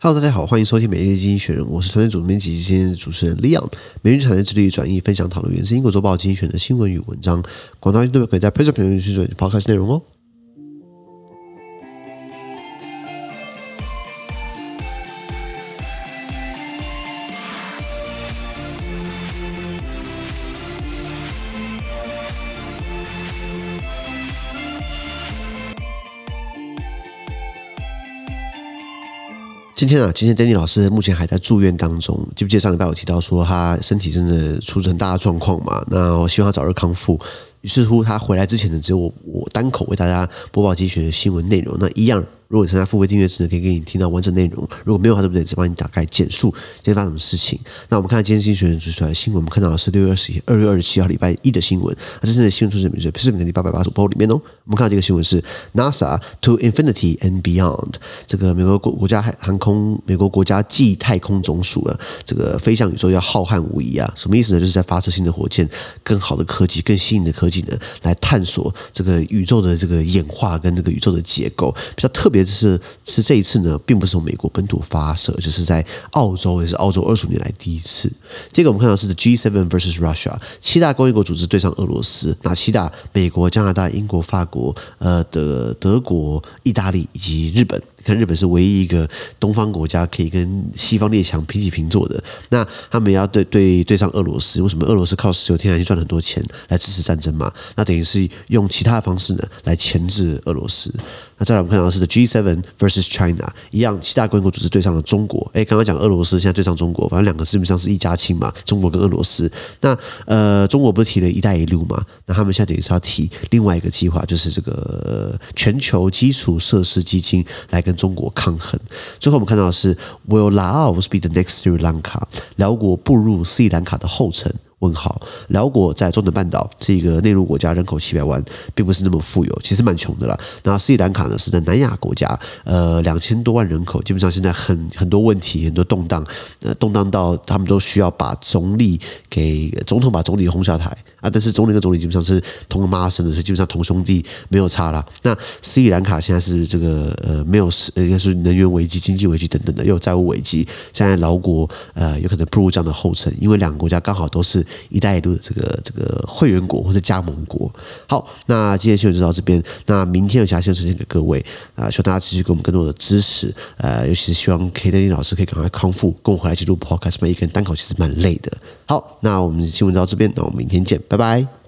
Hello， 大家好，欢迎收听每日经济学人，我是团队主编及今天的主持人 Leon。每日产业致力转译、分享、讨论源自英国周报经济学的新闻与文章。广大听众可以在 Podcast 评论区做 Podcast 内容哦。今天 Danny 老师目前还在住院当中，记不记得上礼拜我提到说他身体真的出很大的状况嘛？那我希望他早日康复。于是乎他回来之前呢，只有我单口为大家播报经济学的新闻内容。那一样，如果你参加付费订阅制呢，可以给你听到完整内容；如果没有的话，对不对？只帮你打开简述今天发生什么事情。那我们看今天经济学人出来的新闻，我们看到的是2月27号礼拜一的新闻。那真正的新闻出自是美的第885报里面哦。我们看到这个新闻是 NASA to Infinity and Beyond， 这个美国国家航空、美国国家暨太空总署啊，这个飞向宇宙要浩瀚无疑啊。什么意思呢？就是在发射新的火箭、更好的科技、更新颖的科技呢，来探索这个宇宙的这个演化跟这个宇宙的结构。比较特别的是这一次呢，并不是从美国本土发射，就是在澳洲，也是澳洲25年来第一次。这个我们看到是 G7 versus Russia， 7大工业国组织对上俄罗斯。哪7大？美国、加拿大、英国、法国、德国、意大利以及日本。看日本是唯一一个东方国家可以跟西方列强平起平坐的，那他们也要对上俄罗斯。为什么俄罗斯靠石油天然气赚很多钱来支持战争嘛？那等于是用其他的方式呢来钳制俄罗斯。那再来我们看到的是 G7 versus China， 一样7大工业国组织对上了中国。刚刚讲俄罗斯，现在对上中国，反正两个基本上是一家亲嘛，中国跟俄罗斯。那中国不是提了一带一路嘛？那他们现在等于是要提另外一个计划，就是这个全球基础设施基金来跟中国抗衡。最后我们看到的是 Will Laos be the next Sri Lanka？ 辽国步入斯里兰卡的后尘。辽国在中等半岛是一个内陆国家，人口700万，并不是那么富有，其实蛮穷的啦。那斯里兰卡呢是在南亚国家，2000多万人口，基本上现在很多问题，很多动荡，动荡到他们都需要把总统把总理轰下台啊。但是总理跟总理基本上是同个妈生的，所以基本上同兄弟没有差啦。那斯里兰卡现在是这个没有应该是能源危机、经济危机等等的，又有债务危机。现在辽国有可能步入这样的后尘，因为两个国家刚好都是一带一路的这个会员国或者加盟国。好，那今天新闻就到这边。那明天有其他新闻呈现给各位希望大家持续给我们更多的支持。尤其是希望Danny老师可以赶快康复，跟我回来记录 podcast。一个人单口其实蛮累的。好，那我们新闻就到这边，那我们明天见，拜拜。